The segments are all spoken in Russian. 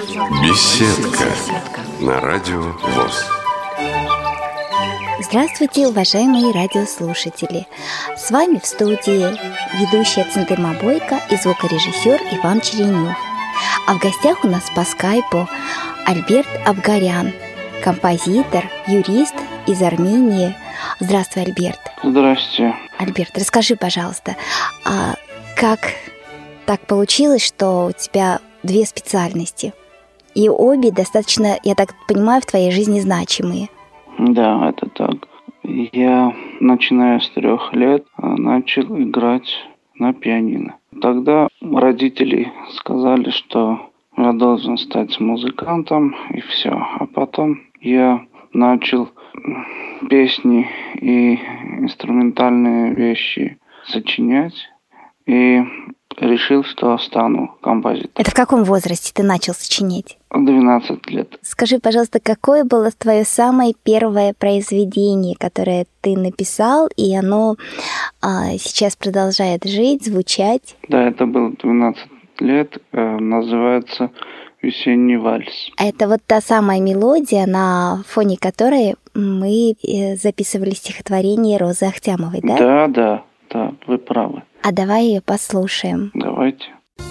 Беседка на радио ВОС. Здравствуйте, уважаемые радиослушатели! С вами в студии ведущая Центыма Бойко и звукорежиссер Иван Черенев. А в гостях у нас по скайпу Альберт Абгарян, композитор, юрист из Армении. Здравствуй, Альберт. Здравствуйте. Альберт, расскажи, пожалуйста, как так получилось, что у тебя две специальности? И обе достаточно, я так понимаю, в твоей жизни значимые. Да, это так. Я, начиная с 3 лет, начал играть на пианино. Тогда родители сказали, что я должен стать музыкантом, и все. А потом я начал песни и инструментальные вещи сочинять, и решил, что стану композитором. Это в каком возрасте ты начал сочинять? 12 лет. Скажи, пожалуйста, какое было твое самое первое произведение, которое ты написал, и оно сейчас продолжает жить, звучать? Да, это было 12 лет, называется «Весенний вальс». А это вот та самая мелодия, на фоне которой мы записывали стихотворение Розы Ахтямовой, да? Да, вы правы. А давай ее послушаем. Давайте.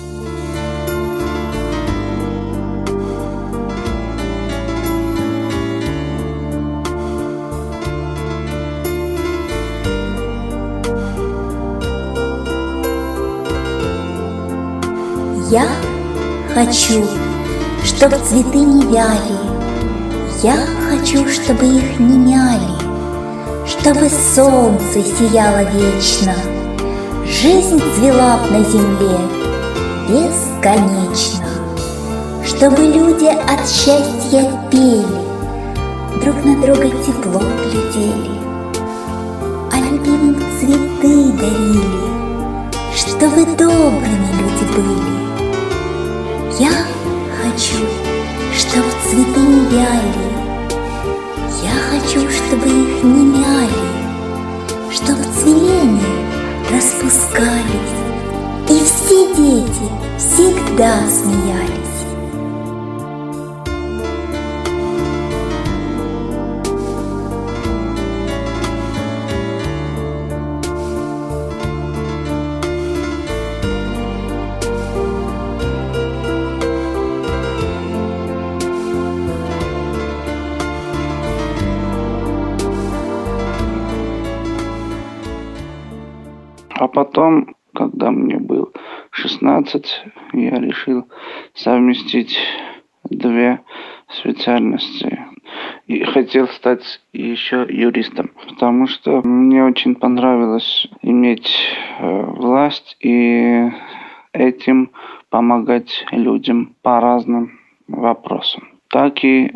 Я хочу, чтоб цветы не вяли, я хочу, чтобы их не мяли, чтобы солнце сияло вечно, жизнь цвела б на земле бесконечно, чтобы люди от счастья пели, друг на друга тепло глядели, а любимым цветы дарили, чтобы добрыми люди были. Я хочу, чтоб цветы не вяли, я хочу, чтобы их не мяли, чтоб цвели они, распускались, и все дети всегда смеялись. А потом, когда мне было 16, я решил совместить две специальности. И хотел стать еще юристом, потому что мне очень понравилось иметь власть и этим помогать людям по разным вопросам. Так и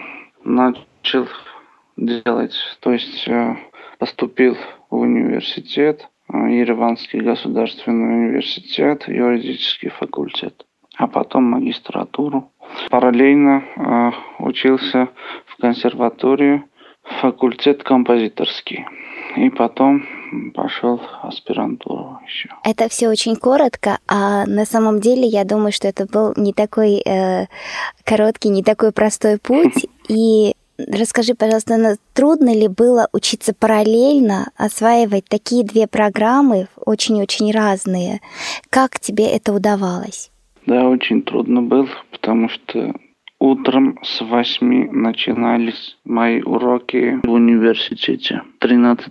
начал делать, то есть поступил в университет, Ереванский государственный университет, юридический факультет, а потом магистратуру. Параллельно учился в консерватории, факультет композиторский, и потом пошел в аспирантуру еще. Это все очень коротко, а на самом деле я думаю, что это был не такой короткий, не такой простой путь, и расскажи, пожалуйста, трудно ли было учиться параллельно, осваивать такие две программы, очень-очень разные? Как тебе это удавалось? Да, очень трудно было, потому что утром с 8 начинались мои уроки в университете. В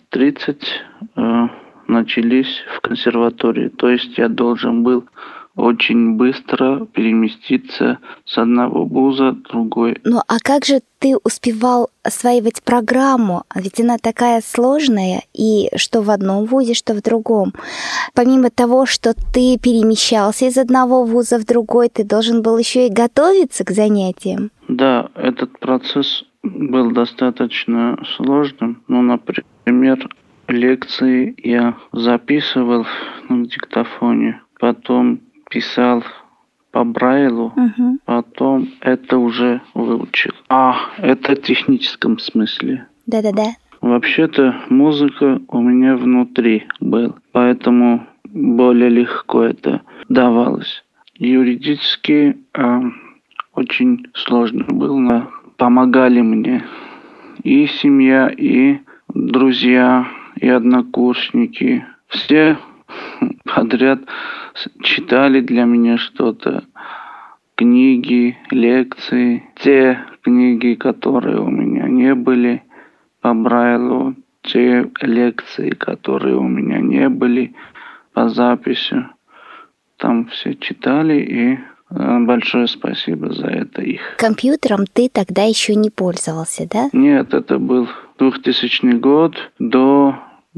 13:30 начались в консерватории, то есть я должен был очень быстро переместиться с одного вуза в другой. Ну, а как же ты успевал осваивать программу? Ведь она такая сложная, и что в одном вузе, что в другом. Помимо того, что ты перемещался из одного вуза в другой, ты должен был еще и готовиться к занятиям. Да, этот процесс был достаточно сложным. Ну, например, лекции я записывал на диктофоне, потом писал по Брайлу, потом это уже выучил. Это в техническом смысле. Да-да-да. Вообще-то музыка у меня внутри была, поэтому более легко это давалось. Юридически очень сложно было, но помогали мне и семья, и друзья, и однокурсники. Все подряд читали для меня что-то. Книги, лекции. Те книги, которые у меня не были по Брайлу, те лекции, которые у меня не были по записи. Там все читали, и большое спасибо за это их. Компьютером ты тогда еще не пользовался, да? Нет, это был 2000 год до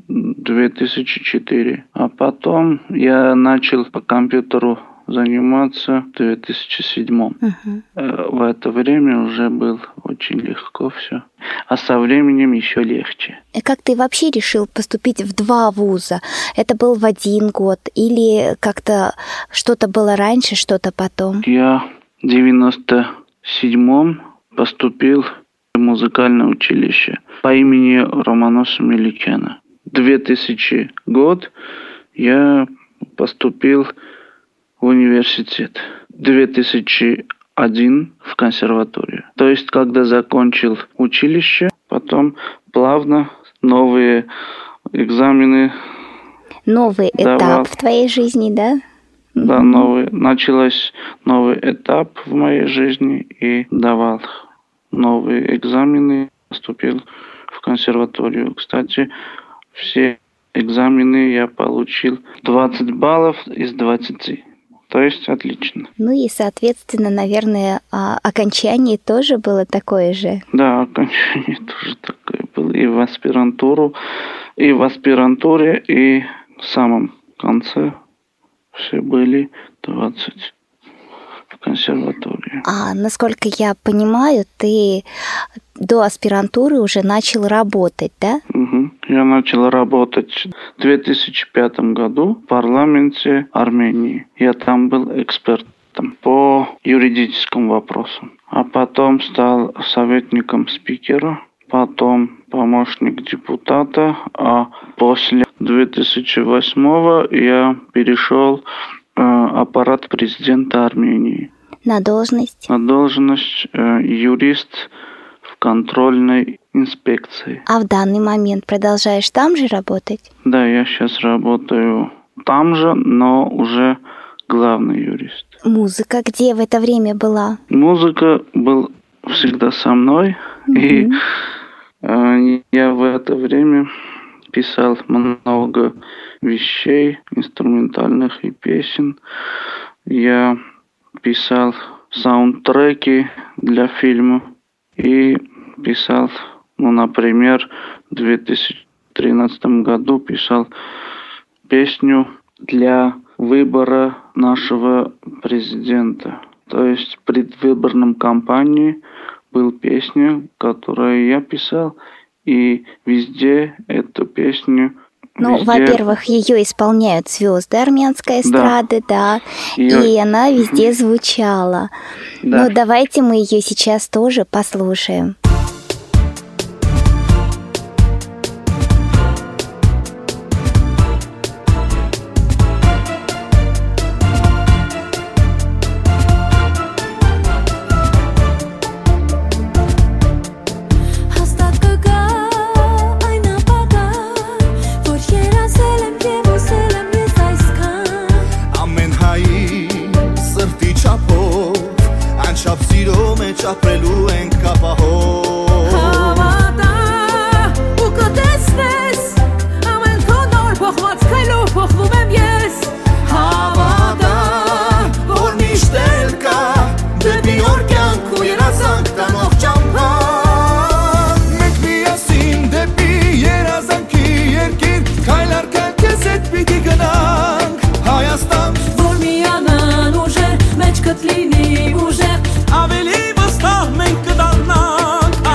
2004. А потом я начал по компьютеру заниматься в 2007. В это время уже было очень легко все. А со временем еще легче. И как ты вообще решил поступить в 2 вуза? Это был в 1 год или как-то что-то было раньше, что-то потом? Я в 97-м поступил в музыкальное училище по имени Романоса Меликяна. 2000 год я поступил в университет. 2001 в консерваторию. То есть, когда закончил училище, потом плавно новые экзамены. Новый этап в твоей жизни, да? Да, начался новый этап в моей жизни и давал новые экзамены, поступил в консерваторию. Кстати, все экзамены я получил 20 баллов из 20. То есть отлично. Ну и, соответственно, наверное, окончание тоже было такое же. Да, окончание тоже такое было. И в аспирантуре, и в самом конце все были 20 в консерватории. А насколько я понимаю, ты до аспирантуры уже начал работать, да? Угу. Я начал работать в 2005 году в парламенте Армении. Я там был экспертом по юридическим вопросам. А потом стал советником спикера, потом помощник депутата, а после 2008 я перешел в аппарат президента Армении. На должность? На должность юрист в контрольной инспекции. А в данный момент продолжаешь там же работать? Да, я сейчас работаю там же, но уже главный юрист. Музыка где в это время была? Музыка была всегда со мной, и я в это время писал много вещей, инструментальных и песен. Я писал саундтреки для фильма и писал, например, в 2013 году писал песню для выбора нашего президента. То есть в предвыборном кампании была песня, которую я писал, и везде эту песню... во-первых, ее исполняют звезды армянской эстрады, да, и она везде звучала. Да. Ну, давайте мы ее сейчас тоже послушаем. Ապրելու ենք կապահով Հավատա ու կտեսնես ամեն քո նոր փոխված քայլով փոխվում եմ ես Հավատա որ միշտ էլ կա դեպի օր կյանք ու երազանք տանող ճամփա Մենք միասին դեպի երազանքի երկիր քայլ առ քայլ քեզ հետ պիտի գնանք Հայաստան որ միանան ուժեր մեջքդ լինի ուժեր ավելի մենք կդառնանք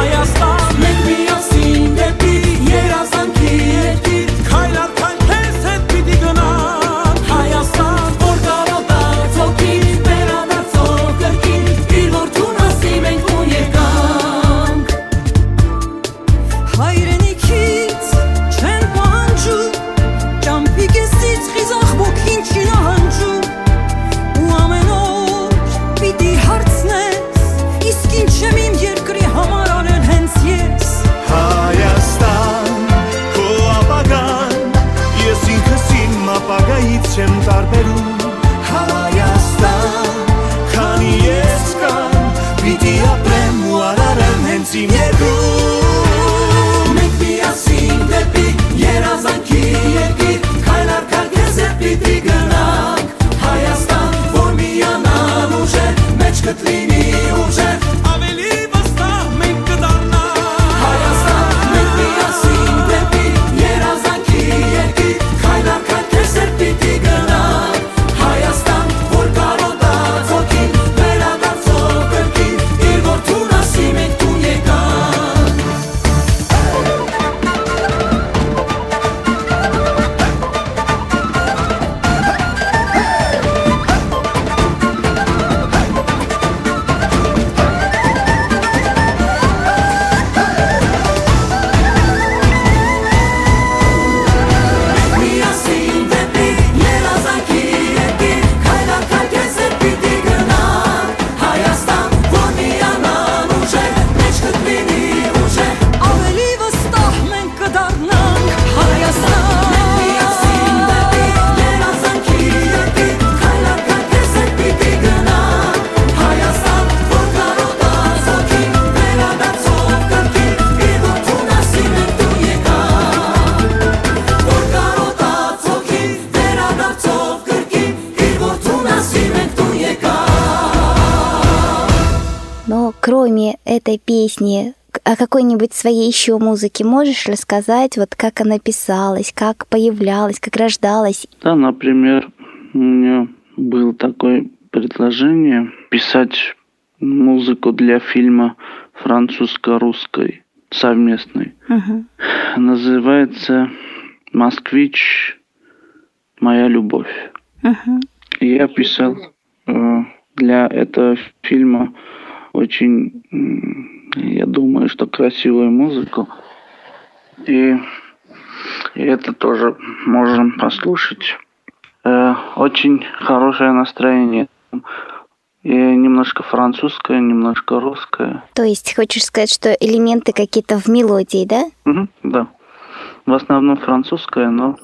Но кроме этой песни, о какой-нибудь своей еще музыке можешь рассказать, вот как она писалась, как появлялась, как рождалась? Да, например, у меня было такое предложение писать музыку для фильма французско-русской совместной. Называется «Москвич. Моя любовь». И я писал для этого фильма очень, я думаю, что красивую музыку. И это тоже можем послушать. Очень хорошее настроение. И немножко французское, немножко русское. То есть хочешь сказать, что элементы какие-то в мелодии, да? Да. В основном французское, но...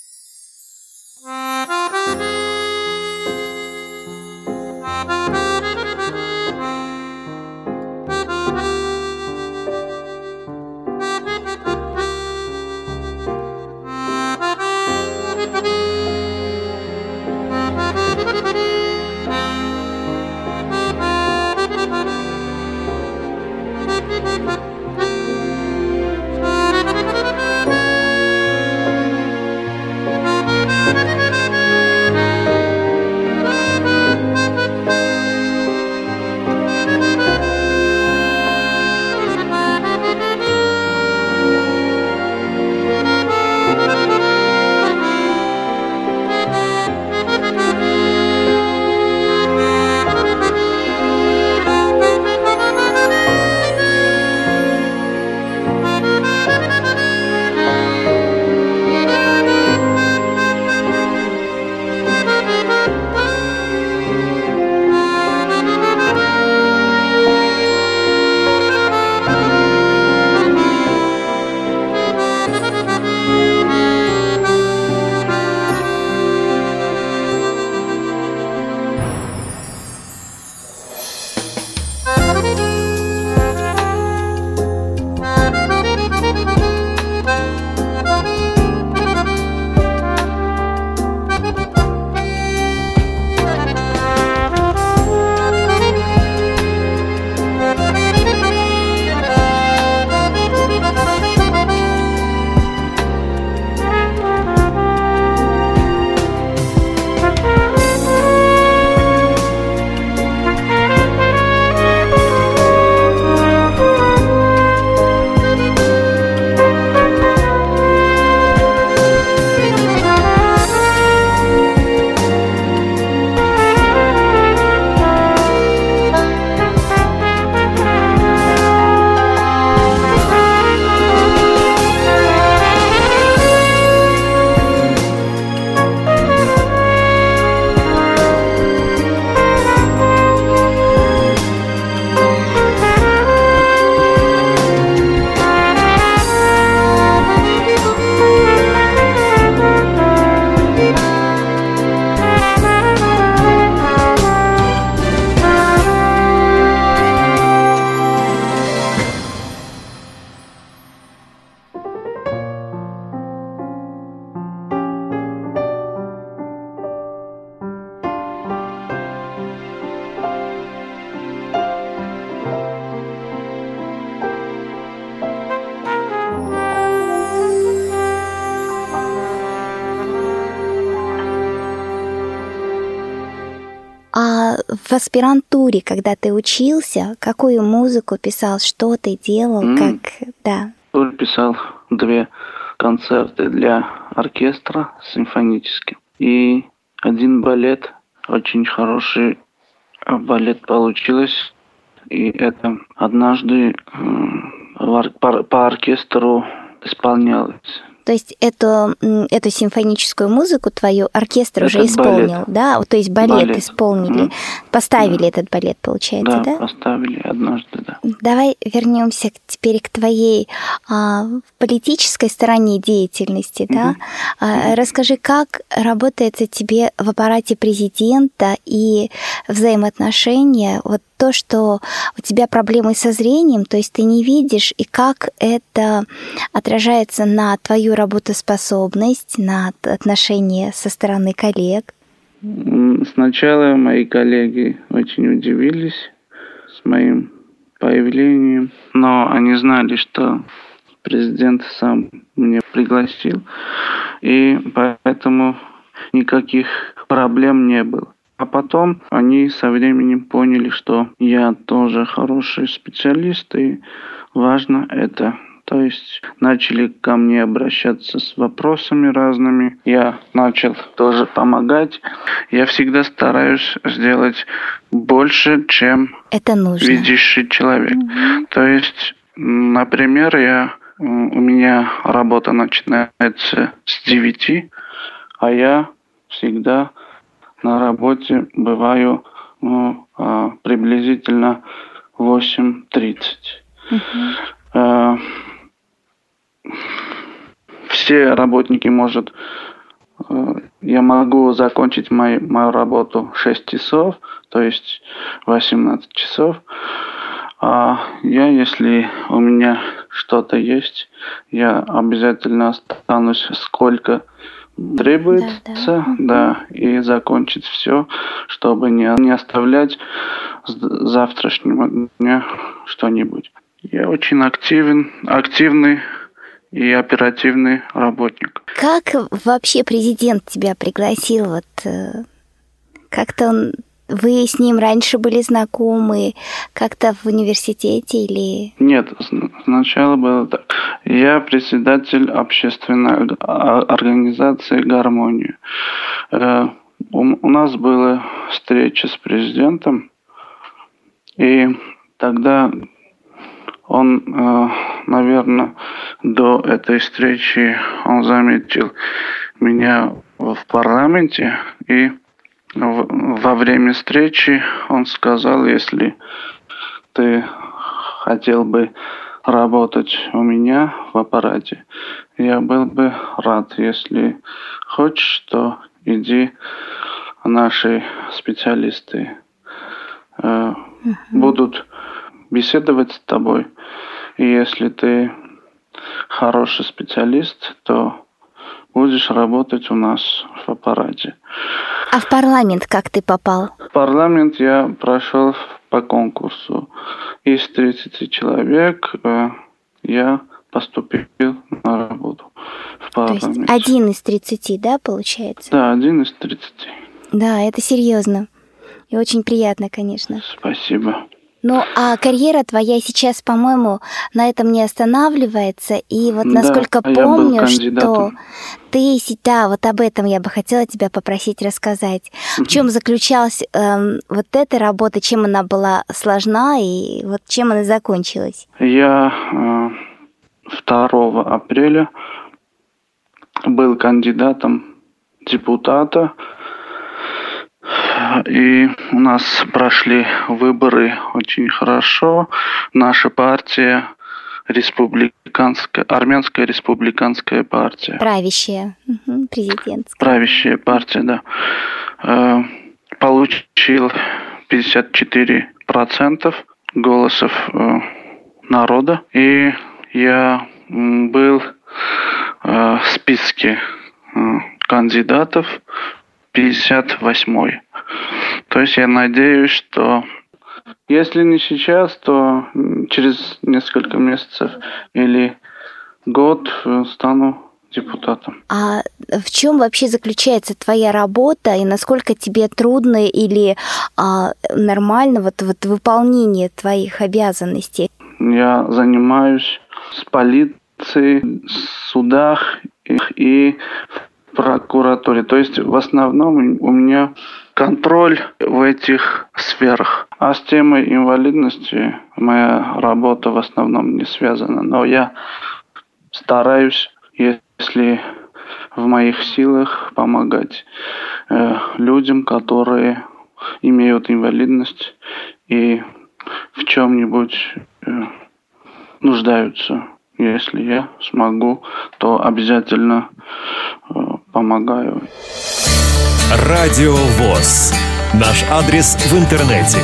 А в аспирантуре, когда ты учился, какую музыку писал, что ты делал, как... Да. Я писал 2 концерты для оркестра симфонический и 1 балет. Очень хороший балет получилось. И это однажды по оркестру исполнялось. То есть эту симфоническую музыку твою оркестр уже исполнил, балет. Да? То есть балет исполнили, поставили этот балет, получается, да? Да, поставили однажды, да. Давай вернемся теперь к твоей политической стороне деятельности, да? Расскажи, как работает тебе в аппарате президента и взаимоотношения, вот то, что у тебя проблемы со зрением, то есть ты не видишь, и как это отражается на твою работоспособность, на отношения со стороны коллег? Сначала мои коллеги очень удивились с моим появлением, но они знали, что президент сам меня пригласил, и поэтому никаких проблем не было. А потом они со временем поняли, что я тоже хороший специалист, и важно это. То есть начали ко мне обращаться с вопросами разными. Я начал тоже помогать. Я всегда стараюсь сделать больше, чем это нужно. Видящий человек. То есть, например, у меня работа начинается с 9, а я всегда на работе бываю приблизительно 8:30. Все работники я могу закончить мою работу в 6 часов, то есть 18 часов. А если у меня что-то есть, я обязательно останусь сколько требуется, и закончить все, чтобы не оставлять с завтрашнего дня что-нибудь. Я очень активный и оперативный работник. Как вообще президент тебя пригласил? Как-то вы с ним раньше были знакомы, как-то в университете или... Нет, сначала было так. Я председатель общественной организации «Гармония». У нас была встреча с президентом, и тогда он, наверное, до этой встречи он заметил меня в парламенте, и во время встречи он сказал, если ты хотел бы работать у меня в аппарате, я был бы рад. Если хочешь, то иди, наши специалисты будут беседовать с тобой. И если ты хороший специалист, то будешь работать у нас в аппарате. А в парламент как ты попал? В парламент я прошел по конкурсу. Из 30 человек я поступил на работу в парламент. То есть 1 из 30, да, получается? Да, 1 из 30. Да, это серьезно. И очень приятно, конечно. Спасибо. Ну, а карьера твоя сейчас, по-моему, на этом не останавливается. И вот насколько помню, что ты... Да, вот об этом я бы хотела тебя попросить рассказать. В чем заключалась вот эта работа, чем она была сложна и вот чем она закончилась? Я 2 апреля был кандидатом депутата. И у нас прошли выборы очень хорошо. Наша партия, Армянская республиканская партия. Правящая, президентская. Правящая партия, да. Получил 54% голосов народа. И я был в списке кандидатов 58-й. То есть я надеюсь, что если не сейчас, то через несколько месяцев или год стану депутатом. А в чем вообще заключается твоя работа и насколько тебе трудно или нормально вот выполнение твоих обязанностей? Я занимаюсь с полицией, в судах и в прокуратуре. То есть в основном у меня контроль в этих сферах. А с темой инвалидности моя работа в основном не связана. Но я стараюсь, если в моих силах, помогать людям, которые имеют инвалидность и в чем-нибудь нуждаются. Если я смогу, то обязательно помогаю. Радио ВОС. Наш адрес в интернете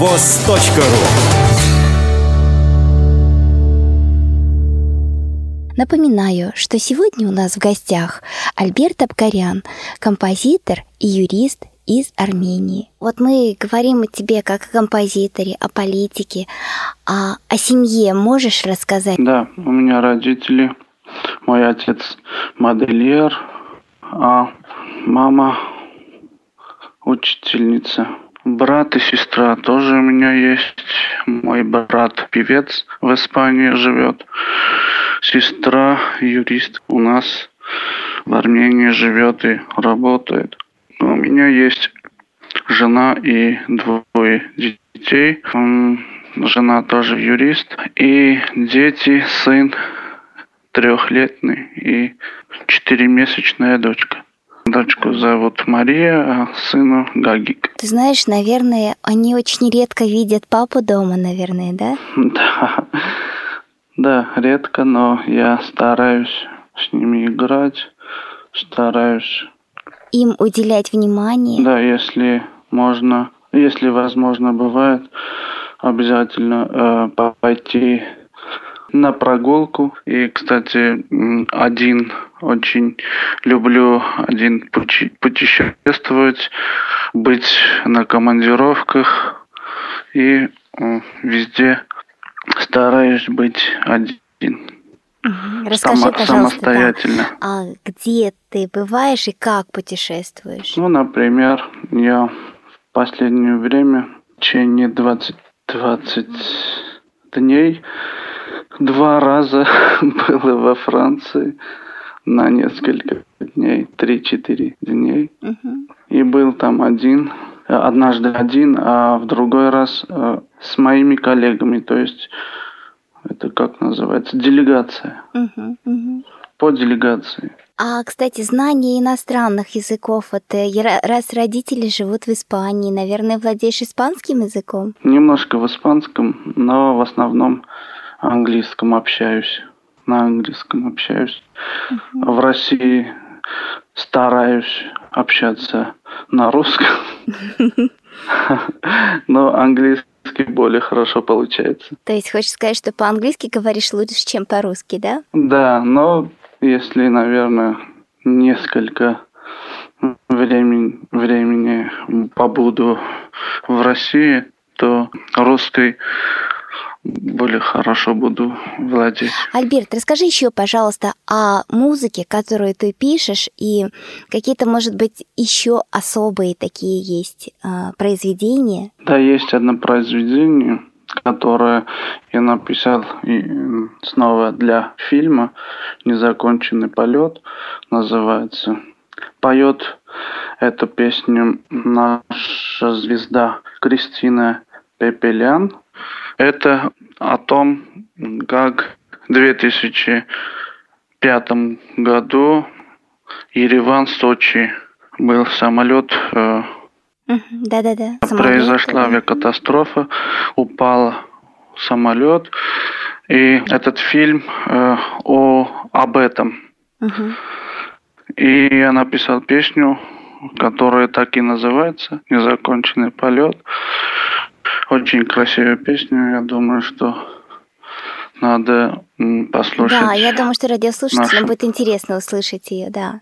www.radiovoz.ru. Напоминаю, что сегодня у нас в гостях Альберт Абгарян, композитор и юрист из Армении. Вот мы говорим о тебе как о композиторе, о политике, а о семье можешь рассказать? Да, у меня родители, мой отец модельер, а мама учительница. Брат и сестра тоже у меня есть. Мой брат певец в Испании живет. Сестра юрист у нас в Армении живет и работает. У меня есть жена и двое детей. Жена тоже юрист. И дети, сын 3-летний и 4-месячная дочка. Дочку зовут Мария, а сыну Гагик. Ты знаешь, наверное, они очень редко видят папу дома, наверное, да? Да, редко, но я стараюсь с ними играть, стараюсь им уделять внимание. Да, если можно, если возможно бывает, обязательно пойти на прогулку. И, кстати, очень люблю путешествовать, быть на командировках и везде стараюсь быть один. Расскажи, пожалуйста, самостоятельно. Да, а где ты бываешь и как путешествуешь? Ну, например, я в последнее время в течение 20 дней 2 раза было во Франции на несколько дней, 3-4 дней. И был там однажды один, а в другой раз с моими коллегами, то есть это как называется, делегация. По делегации. А, кстати, знание иностранных языков, это раз родители живут в Испании, наверное, владеешь испанским языком? Немножко в испанском, но в основном английском общаюсь. На английском общаюсь. В России стараюсь общаться на русском. Но английский более хорошо получается. То есть хочешь сказать, что по-английски говоришь лучше, чем по-русски, да? Да, но если, наверное, несколько времени побуду в России, то русский более хорошо буду владеть. Альберт, расскажи еще, пожалуйста, о музыке, которую ты пишешь, и какие-то, может быть, еще особые такие есть произведения? Да, есть одно произведение, которое я написал снова для фильма «Незаконченный полет», называется. Поет эту песню наша звезда Кристина Пепелян. Это о том, как в 2005 году Ереван-Сочи был самолет. Да-да-да. Произошла авиакатастрофа, упал самолет. И этот фильм об этом. И я написал песню, которая так и называется «Незаконченный полет». Очень красивая песня, я думаю, что надо послушать. Да, я думаю, что радиослушателям будет интересно услышать ее, да.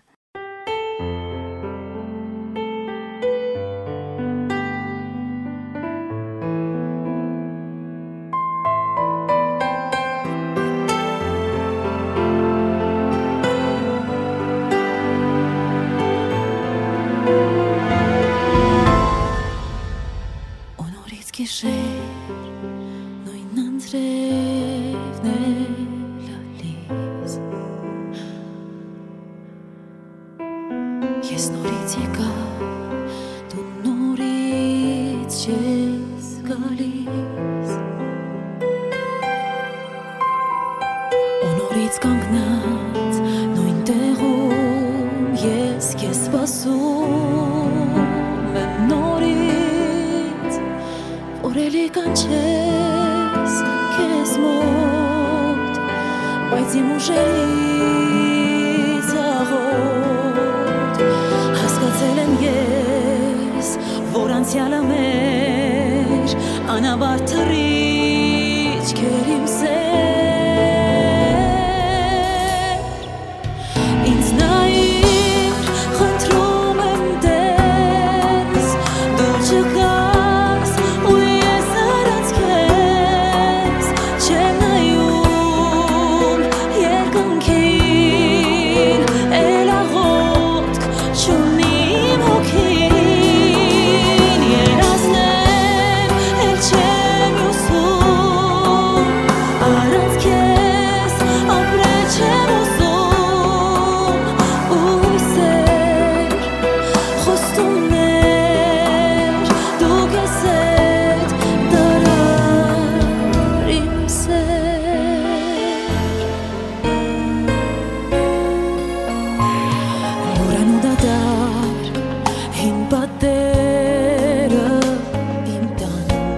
պատերը իմ տանում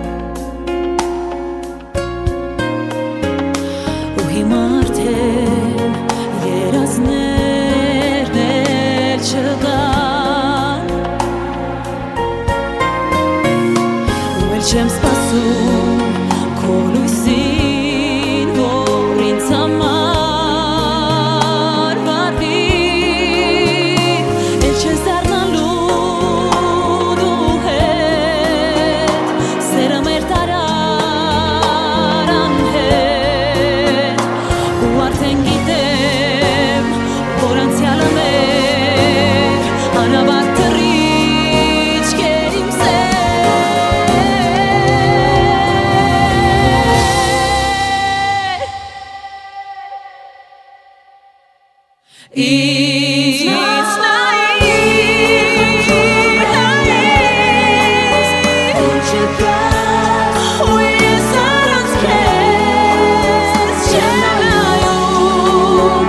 ու հիմա արդեն երազներն էլ չկան ու էլ չեմ սպասում քո լույսին որ ինձ համար վարվի էլ չես դառնալու դու հետ սերը մեր տարար անհետ ու արդեն գիտեմ որ անցյալը մեր անավարտ թռիչք է իմ It's naive, don't you guys? We're scared, Chennayum,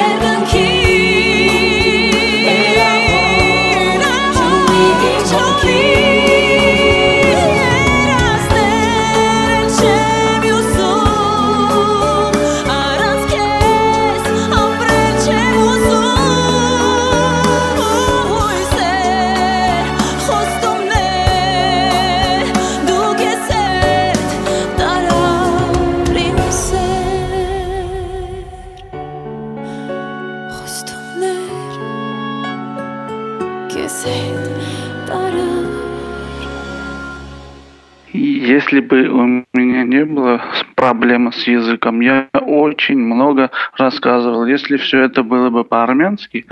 Если бы у меня не было проблемы с языком, я очень много рассказывал. Если все это было бы по-армянски,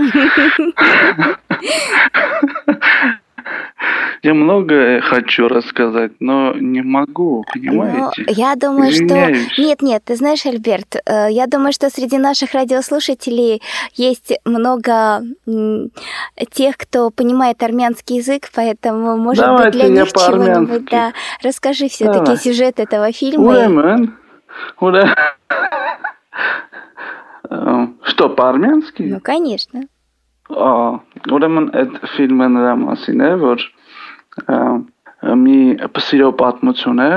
я многое хочу рассказать, но не могу, понимаете? Но я думаю, Извиняюсь. что... Нет, ты знаешь, Альберт, я думаю, что среди наших радиослушателей есть много тех, кто понимает армянский язык, поэтому, может быть, для них чего-нибудь, да. Расскажи все-таки сюжет этого фильма. Что, по-армянски? Ну, конечно. Ուրեմն այդ ֆիլմը նրա մասին է, որ մի սիրո պատմություն է,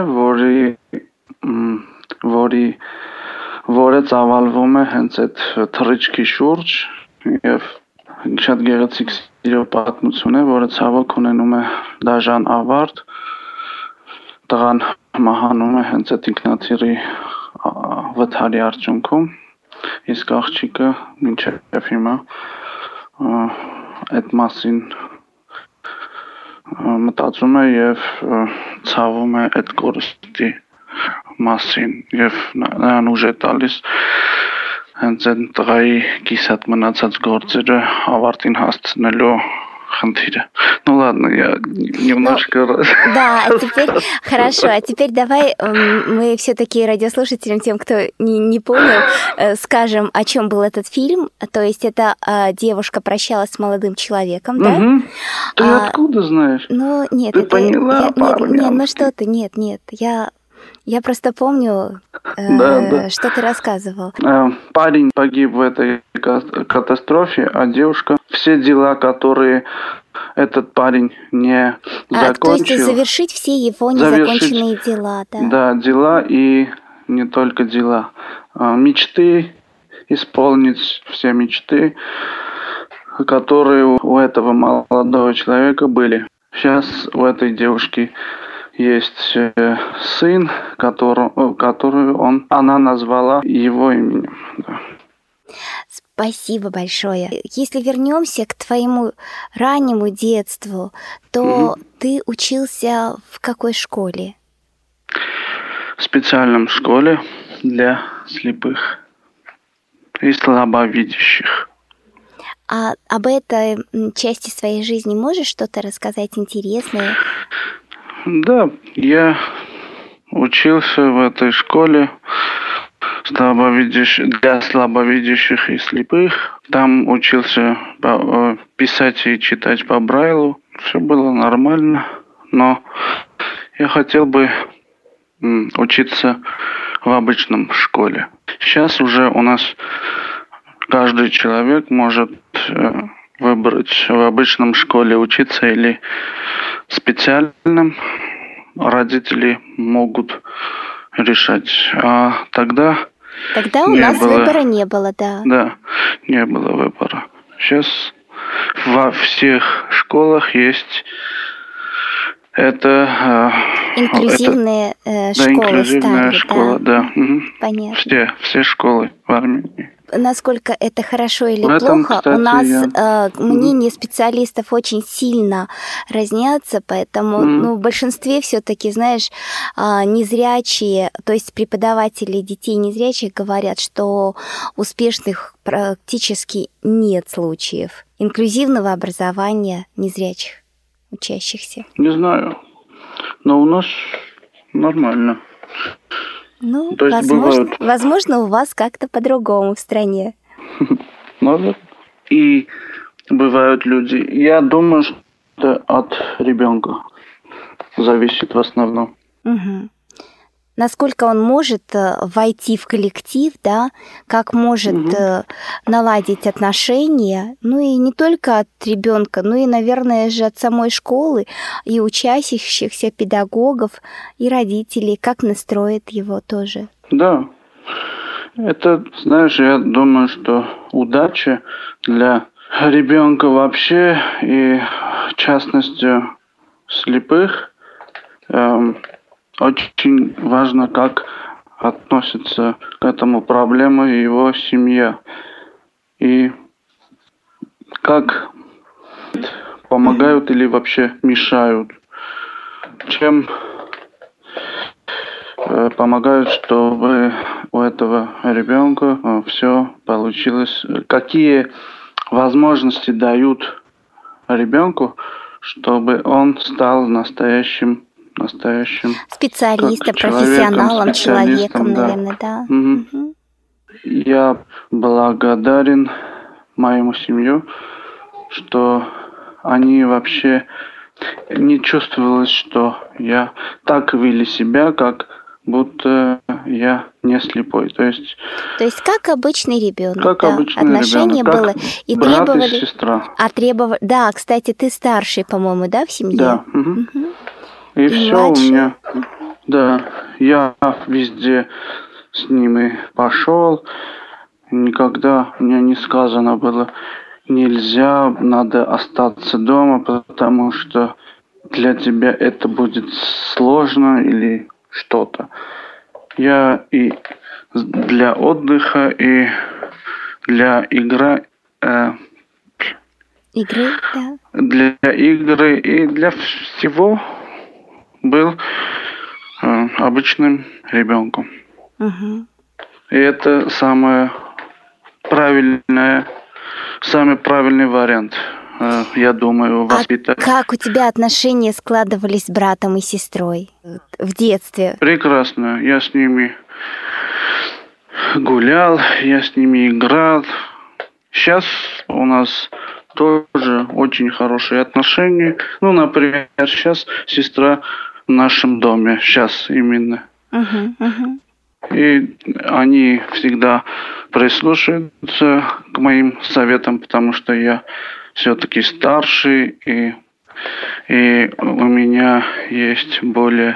որը ծավալվում է հենց այդ թռիչքի շուրջ եւ շատ գեղեցիկ սիրո պատմություն է, որը ցավոք ունենում է դաժան ավարտ։ Տղան մահանում է հենց այդ ինքնաթիռի վթարի արդյունքում, իսկ աղջիկը մինչև հիմա այդ մասին մտածում է եւ ցավում է այդ կորստի մասին եւ նրան ուժ է տալիս հենց այդ տղայի կիսատ մնացած գործերը ավարտին հասցնելու խնդիրը. Ну ладно, я немножко... Да, а теперь хорошо, а теперь давай мы все-таки радиослушателям, тем, кто не понял, скажем, о чем был этот фильм. То есть это девушка прощалась с молодым человеком, да? Ты откуда знаешь? Ну, нет, ты это... поняла по-армянски? Нет, ну что ты, нет, я просто помню, что ты рассказывал. Парень погиб в этой катастрофе, а девушка... Все дела, которые этот парень не закончил... То есть завершить все его незаконченные дела, да? Да, дела и не только дела. Мечты, исполнить все мечты, которые у этого молодого человека были. Сейчас у этой девушки есть сын, которую она назвала его именем. Да. Спасибо большое. Если вернемся к твоему раннему детству, то ты учился в какой школе? В специальном школе для слепых и слабовидящих. А об этой части своей жизни можешь что-то рассказать интересное? Да, я учился в этой школе для слабовидящих и слепых. Там учился писать и читать по Брайлу. Все было нормально, но я хотел бы учиться в обычном школе. Сейчас уже у нас каждый человек может выбрать в обычном школе учиться или специальном, родители могут решать. А тогда Тогда у не нас было. выбора не было, да. Да, не было выбора. Сейчас во всех школах есть это Инклюзивные да, школы инклюзивная стали, школа, да. Мгм. Понятно. Все школы в Армении. Насколько это хорошо или В этом, плохо, кстати, у нас я- мнения специалистов очень сильно разнятся, поэтому в большинстве все-таки, знаешь, незрячие, то есть преподаватели детей незрячих говорят, что успешных практически нет случаев инклюзивного образования незрячих учащихся. Не знаю, но у нас нормально. Ну, То есть возможно, у вас как-то по-другому в стране. Может. И бывают люди. Я думаю, что это от ребенка зависит в основном. Угу. Насколько он может войти в коллектив, да, как может наладить отношения, ну и не только от ребенка, но и, наверное же, от самой школы и учащихся, педагогов и родителей, как настроит его тоже. Да. Это, знаешь, я думаю, что удача для ребенка вообще и, в частности, слепых, очень важно, как относится к этому проблему его семья. И как помогают или вообще мешают. Чем помогают, чтобы у этого ребенка все получилось. Какие возможности дают ребенку, чтобы он стал настоящим специалистом, профессионалом, человеком, да. наверное, да. Угу. Я благодарен моему семью, что они вообще не чувствовалось, что я так вели себя, как будто я не слепой. То есть как обычный ребенок. Как да. обычный Отношение ребенок, было. И брат требовали. И сестра. Да, кстати, ты старший, по-моему, да, в семье? Да. Угу. И все у меня. Да, я везде с ними пошел. Никогда мне не сказано было, нельзя, надо остаться дома, потому что для тебя это будет сложно или что-то. Я и для отдыха, и для игры, да. Для игры и для всего был обычным ребенком. Угу. И это самый правильный вариант, я думаю, воспитать. Как у тебя отношения складывались с братом и сестрой в детстве? Прекрасно. Я с ними гулял, я с ними играл. Сейчас у нас тоже очень хорошие отношения. Ну, например, сейчас сестра в нашем доме. Сейчас именно. И они всегда прислушиваются к моим советам, потому что я все-таки старший, и у меня есть более...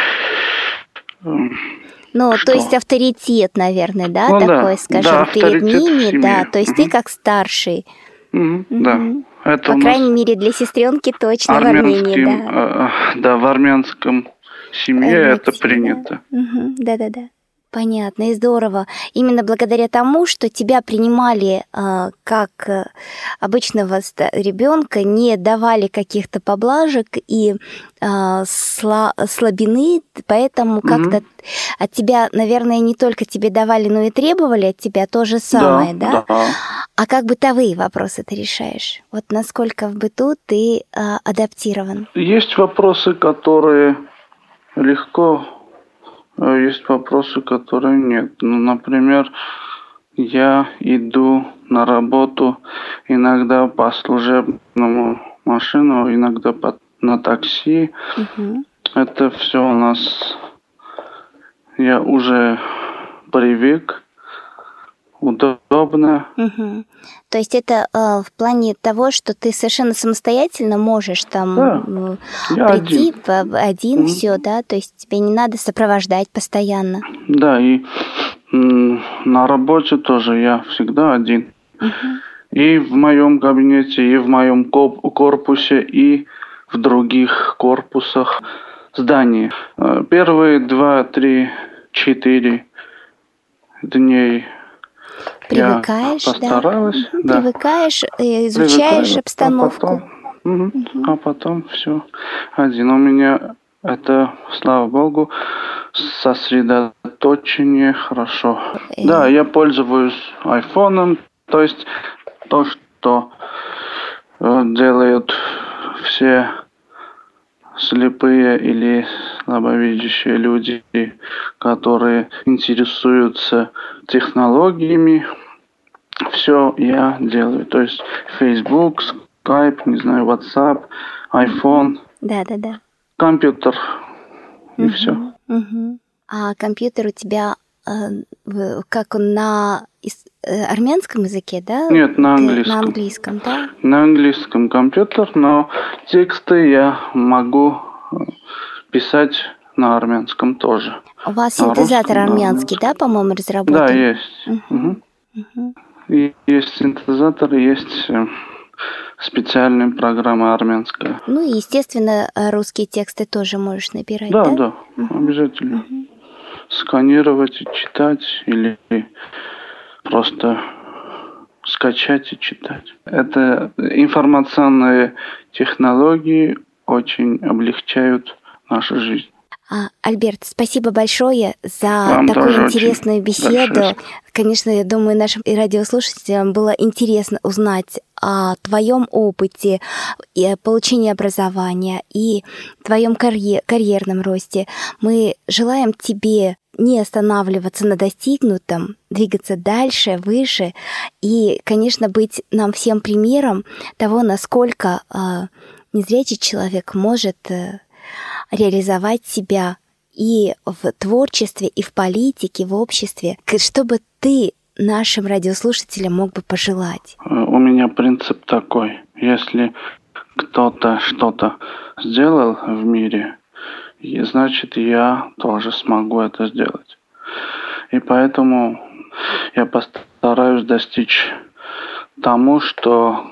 то есть авторитет, наверное, да, ну, такой, да, скажем, да, перед ними, да, то есть ты как старший. Да. Это по крайней мере, для сестренки точно в Армении, да. Да, в армянском семье это принято. Да. Понятно, и здорово. Именно благодаря тому, что тебя принимали как обычного ребенка, не давали каких-то поблажек и слабины, поэтому как-то от тебя, наверное, не только тебе давали, но и требовали от тебя то же самое, да? А как бытовые вопросы ты решаешь? Вот насколько в быту ты адаптирован? Есть вопросы, которые легко. Есть вопросы, которые нет. Ну, например, я иду на работу иногда по служебному машину, иногда на такси. Это все у нас... Я уже привык. удобно. Угу. То есть это в плане того, что ты совершенно самостоятельно можешь там Я прийти один Мгм. все, да? То есть тебе не надо сопровождать постоянно. Да, и на работе тоже я всегда один. Мгм. И в моем кабинете, и в моем корпусе, и в других корпусах зданий. Первые 2, 3, 4 дней Привыкаешь, я да? постаралась, Мгм. да. Привыкаешь, изучаешь Привыкаю, обстановку. а потом все один. У меня это, слава богу, сосредоточение хорошо. Да, я пользуюсь айфоном, то есть то, что делают все слепые или слабовидящие люди, которые интересуются технологиями, все я делаю. То есть Facebook, Skype, не знаю, WhatsApp, iPhone, Да. компьютер и все. Мгм. А компьютер у тебя как он на армянском языке, да? Нет, на английском. На английском, да? На английском компьютер, но тексты я могу писать на армянском тоже. У вас На синтезатор русском, на армянский, да, по-моему, разработан? Да, есть. Мгм. И есть синтезатор, есть специальная программа армянская. Ну и, естественно, русские тексты тоже можешь набирать, Да, да? да, обязательно. Сканировать и читать или просто скачать и читать. Это информационные технологии очень облегчают нашу жизнь. Альберт, спасибо большое за Вам такую тоже интересную очень беседу. большое Конечно, я думаю, нашим радиослушателям было интересно узнать о твоем опыте и получении образования и твоем карьерном росте. Мы желаем тебе не останавливаться на достигнутом, двигаться дальше, выше и, конечно, быть нам всем примером того, насколько незрячий человек может реализовать себя и в творчестве, и в политике, в обществе. Что бы ты нашим радиослушателям мог бы пожелать? У меня принцип такой. Если кто-то что-то сделал в мире, значит, я тоже смогу это сделать. И поэтому я постараюсь достичь тому, что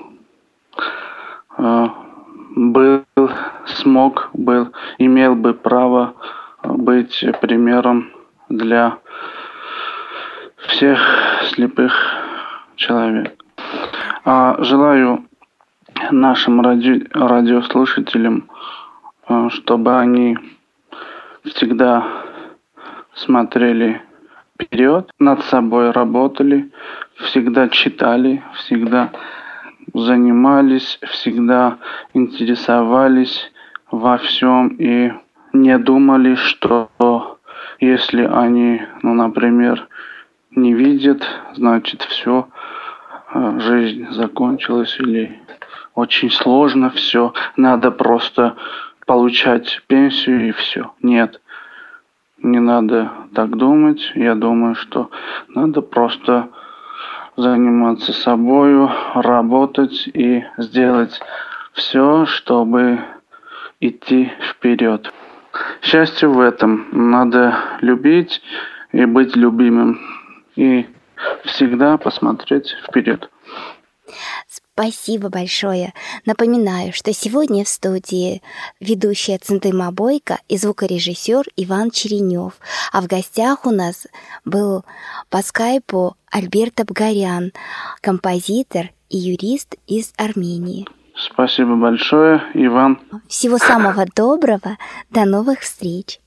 имел бы право быть примером для всех слепых человек. Желаю нашим радиослушателям, чтобы они всегда смотрели вперед, над собой работали, всегда читали, всегда занимались, всегда интересовались во всем и не думали, что если они, например, не видят, значит, все, жизнь закончилась или очень сложно все, надо просто получать пенсию и все. Нет, не надо так думать. Я думаю, что надо просто заниматься собою, работать и сделать все, чтобы идти вперед. Счастье в этом. Надо любить и быть любимым. И всегда посмотреть вперед. Спасибо большое. Напоминаю, что сегодня в студии ведущая Центыма Бойко и звукорежиссер Иван Черенев. А в гостях у нас был по скайпу Альберт Абгарян, композитор и юрист из Армении. Спасибо большое, Иван. Всего самого доброго. До новых встреч.